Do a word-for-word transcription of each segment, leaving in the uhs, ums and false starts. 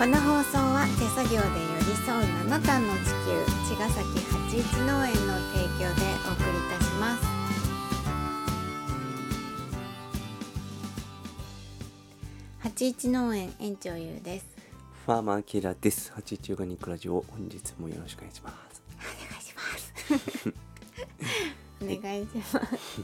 この放送は手作業で寄り添うななたんの地球茅ヶ崎八一農園の提供でお送りいたします。八一農園園長ゆうです。 ファーマーキラです。八一オーガニックラジオ、本日もよろしくお願いします。 お願いしますお願いします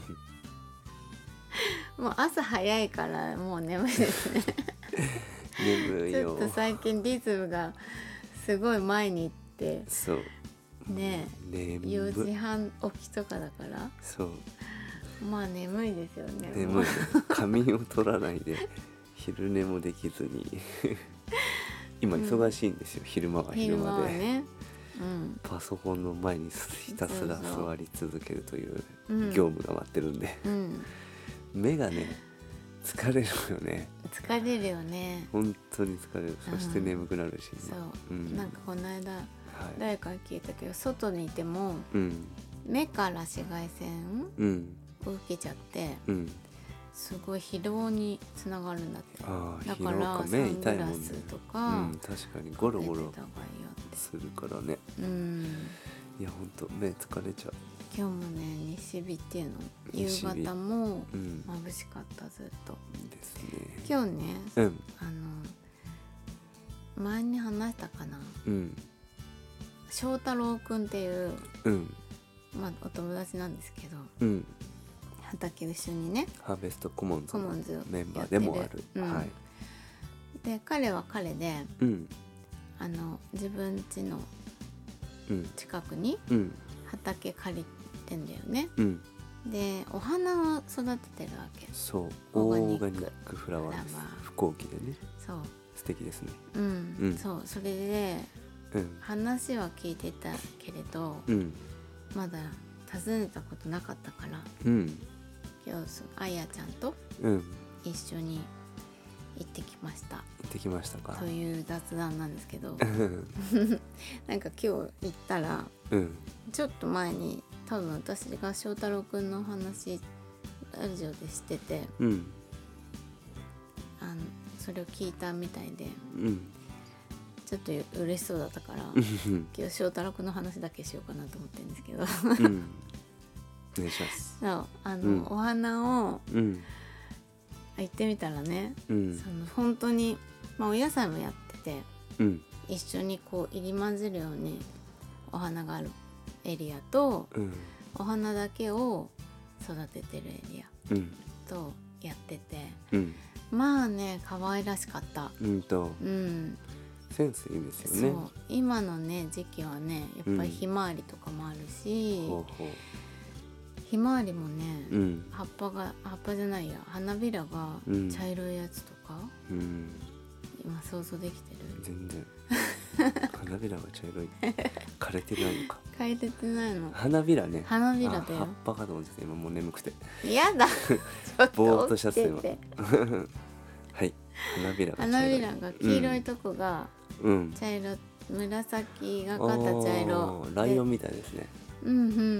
もう朝早いからもう眠いですね眠いよ。 ちょっと最近リズムがすごい前に行って、 そうねえよじはん起きとかだから、 そうまあ眠いですよね。 眠い。仮眠を取らないで昼寝もできずに今忙しいんですよ、うん、昼間は昼間で、 ね、うん、 パソコンの前にひたすら座り続けるという業務が待ってるんで、 うんうん、 目がね疲れるよね。 疲れるよね。 本当に疲れる。そして眠くなるし、ね、 そう、 うん、 なんかこの間、はい、誰か聞いたけど外にいても、 うん、目から紫外線を受けちゃって、うん、すごい疲労につながるんだって。 あだからサングラスとか、 うん、確かにゴロゴロするからね、うん、いやほんと目疲れちゃう。 今日もね西日っていうの夕方も眩しかった、ずっとですね。 今日ね、うん、あの前に話したかな、うん、翔太郎くんっていう、うん、まあお友達なんですけど、うん、畑を一緒にねハーベストコモンズのメンバーでもある、 うん、はい、で彼は彼で、うん、あの自分家の近くに畑借りてんだよね、うん、でお花を育ててるわけ。 そうオーガニックフラワーです。不耕起でね。そう素敵ですね、 うんうん、そうそれで、うん、話は聞いてたけれど、うん、まだ訪ねたことなかったから、うん、今日あやちゃんと一緒に行ってきました、うん、行ってきましたかという雑談なんですけどなんか今日行ったら、うん、ちょっと前に多分私が翔太郎くんの話ラジオでしてて、うん、あのそれを聞いたみたいで、うん、ちょっと嬉しそうだったから今日翔太郎くんの話だけしようかなと思ってるんですけど、うん、 お願いします。 そうあの、うん、お花を、うん、行ってみたらね、うん、その本当に、まあ、お野菜もやってて、うん、一緒にこう入り混じるようにお花があるエリアと、うん、お花だけを育ててるエリア、うん、とやってて、うん、まあね可愛らしかった、 うんとうん、センスいいですよね。そう今のね時期はねやっぱりひまわりとかもあるし、うん、ほうほうひまわりもね、うん、葉っぱが葉っぱじゃないや花びらが茶色いやつとか、うん、今想像できてる？ 全然花びらが茶色い枯れてないのか枯れてないの。 花びらね。 花びらだよ。 葉っぱかと思って今もう眠くてやだちょっとぼーっとしちゃって今はい花びらが茶色い。 花びらが黄色いとこが茶色、うん、紫がかった茶色ライオンみたいですね。 うんうん、うん、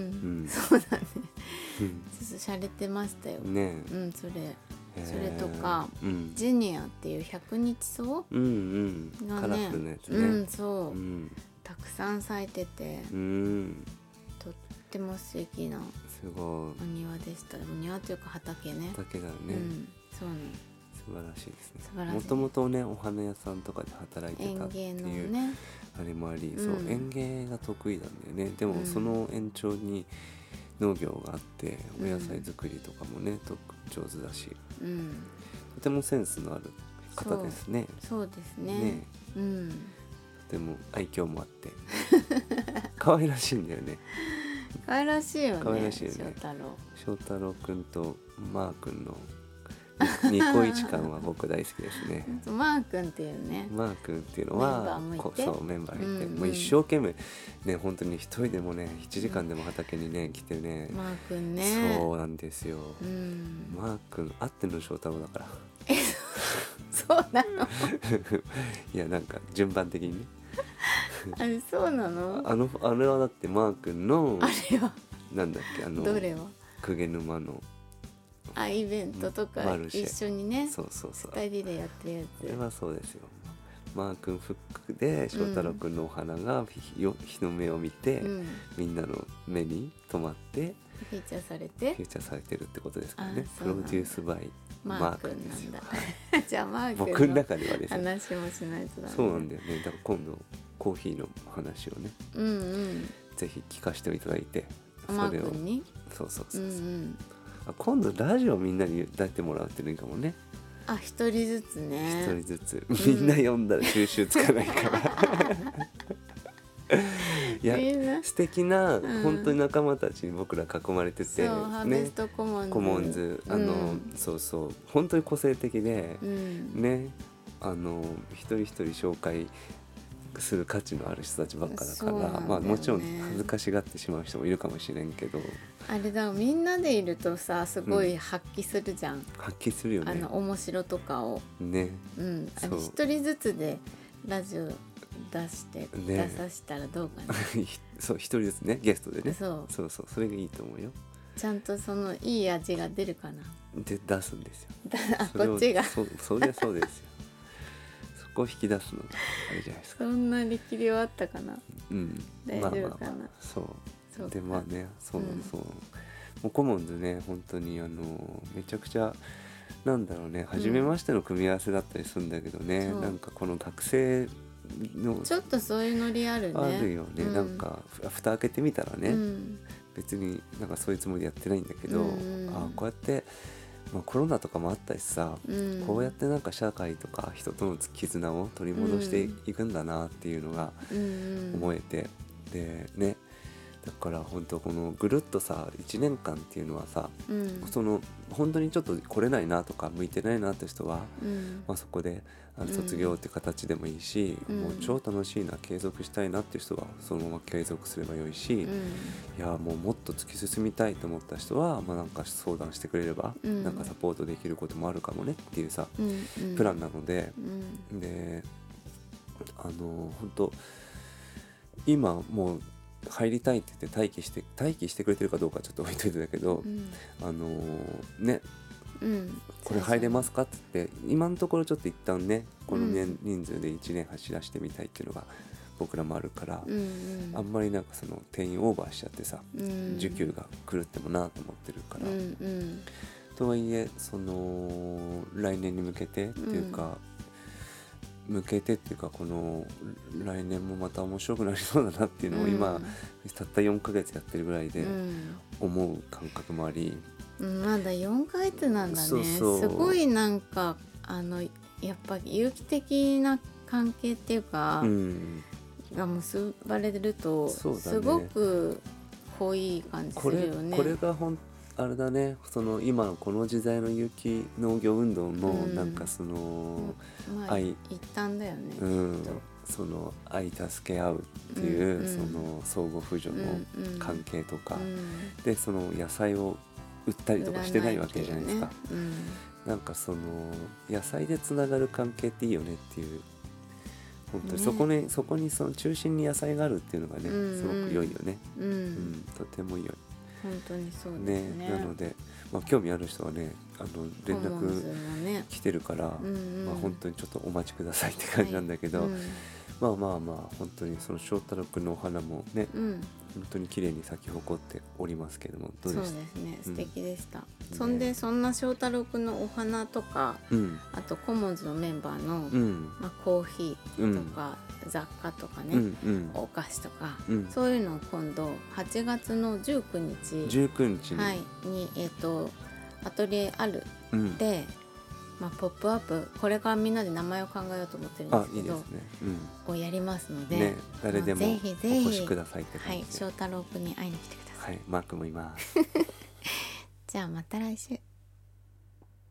そうだね、うん、ちょっと洒落てましたよね。うんそれそれとか、うん、ジニアっていう百日草がね、うんうん、 カラフルなやつね。 うんそう、うん、たくさん咲いてて、うん、とっても素敵なすごいお庭でした。お庭というか畑ね。 畑だね、うん、 そうね素晴らしいですね。もともとねお花屋さんとかで働いてたっていう園芸のねあれもあり、そう、うん、園芸が得意なんだよね。でもその延長に農業があってお野菜作りとかもね、うん、上手だし、うん、とてもセンスのある方ですね。 そう、そうですね、ね、うん、 とても愛嬌もあって可愛らしいんだよね。 可愛らしいよね。 可愛らしいよね。 翔太郎翔太郎くんとマーくんのニコイチ感は僕大好きですねマー君っていうねマー君っていうのはメンバーもいてそうメンバーいて、うんうん、もう一生懸命ね本当に一人でもねいちじかんでも畑にね来てねマー君ねそうなんですよ、うん、マー君あっての翔太郎だからえそうなのいやなんか順番的にねあれそうなのあのあれはだってマー君のあれはなんだっけあのどれは鵠沼のあイベントとか一緒にねそうそうそうふたりでやってるやつ。 それはそうですよ。 マー君フックで翔太郎君のお花が日の目を見て、うん、みんなの目に留まってフィーチャーされてフィーチャーされてるってことですからね。プロデュースバイマー君ですよ。 じゃあマー君僕の中ではですね話もしないとダメ。 そうなんだよね。だから今度コーヒーの話をね、うんうん、ぜひ聞かせていただいて、 マー君にそうそうそうそう、うんうん、あ今度ラジオみんなに歌ってもらうっていうのいいかもね。 あ一人ずつね。 一人ずつみんな読んだら収集つかないから、うん、いや素敵な、うん、本当に仲間たちに僕ら囲まれてて、 そうハーベストコモンズ、 コモンズあの、うん、そうそう本当に個性的で、うん、ねあの一人一人紹介する価値のある人たちばっかだから、ね、まあ、もちろん恥ずかしがってしまう人もいるかもしれんけど、 あれだみんなでいるとさすごい発揮するじゃん、うん、 発揮するよね。 あの面白とかをね、 うん、一人ずつでラジオ出して、ね、出させたらどうかなそう一人ずつねゲストでね。 そうそうそうそれがいいと思うよ。 ちゃんとそのいい味が出るかなで出すんですよあこっちがそそりゃそうですよそこを引き出すのがあれじゃないですか。 そんな力量あったかな。うん大丈夫かな、まあまあまあ、 そうそうでまあねそうなの、うん、そうもうコモンズね本当にあのめちゃくちゃなんだろうね初めましての組み合わせだったりするんだけどね、うん、なんかこの学生のちょっとそういうノリあるね。 あるよね、うん、なんか蓋開けてみたらね、うん、別になんかそういうつもりでやってないんだけど、うん、あこうやって、まあ、コロナとかもあったしさ、うん、こうやってなんか社会とか人との絆を取り戻していくんだなっていうのが思えて、うん、でねだから本当このぐるっとさいちねんかんっていうのはさ、うん、その本当にちょっと来れないなとか向いてないなって人は、うんまあ、そこであの卒業って形でもいいし、うん、もう超楽しいな継続したいなっていう人はそのまま継続すればよいし、うん、いやもうもっと突き進みたいと思った人は、まあ、なんか相談してくれれば、うん、なんかサポートできることもあるかもねっていうさ、うんうん、プランなので、うん、であの本当今もう入りたいって言って待機して待機してくれてるかどうかちょっと置いといてだけど、うん、あのー、ね、うん、これ入れますかって言って今のところちょっと一旦ねこの年、うん、人数でいちねん走らせてみたいっていうのが僕らもあるから、うんうん、あんまりなんかその定員オーバーしちゃってさ、うん、受給が狂ってもなと思ってるから、うんうん、とはいえその来年に向けてっていうか、うん、向けてっていうかこの来年もまた面白くなりそうだなっていうのを今、うん、たったよんかげつやってるぐらいで思う感覚もあり、 うん、まだよんかげつなんだね。そうそうすごいなんかあのやっぱ有機的な関係っていうか、うん、が結ばれると、ね、すごく濃い感じするよね。 これ、これが本あれだねその今のこの時代の有機農業運動のなんかその、 うんまあ、愛一旦だよね、 うん、その愛助け合うっていう、うんうん、その相互扶助の関係とか、うんうん、でその野菜を売ったりとかしてないわけじゃないですか、ねうん、なんかその野菜でつながる関係っていいよねっていう本当にそこに、ね、そこにその中心に野菜があるっていうのがね、うんうん、すごく良いよね、うんうん、とても良い本当にそうですね。 ねなので、まあ、興味ある人はねあの連絡来てるから、ねうんうんまあ、本当にちょっとお待ちくださいって感じなんだけど、はいうん、まあまあまあ本当にその翔太郎くんのお花もね、うん、本当に綺麗に咲き誇っておりますけどもどうでした？ そうですね素敵でした、うん、そんでそんな翔太郎くんのお花とか、うん、あとコモンズのメンバーの、うんまあ、コーヒーとか、うん、雑貨とかね、うんうん、お菓子とか、うん、そういうのを今度はちがつのじゅうくにちじゅうくにちに、 はい、に、えーと、アトリエあるで、うんまあ、ポップアップこれからみんなで名前を考えようと思ってるんですけどいいですね、うん、をやりますので、ね、 誰でもぜひぜひお越しくださいって感じで、 はい、翔太郎くんに会いに来てください。 はい、マークもいますじゃあまた来週。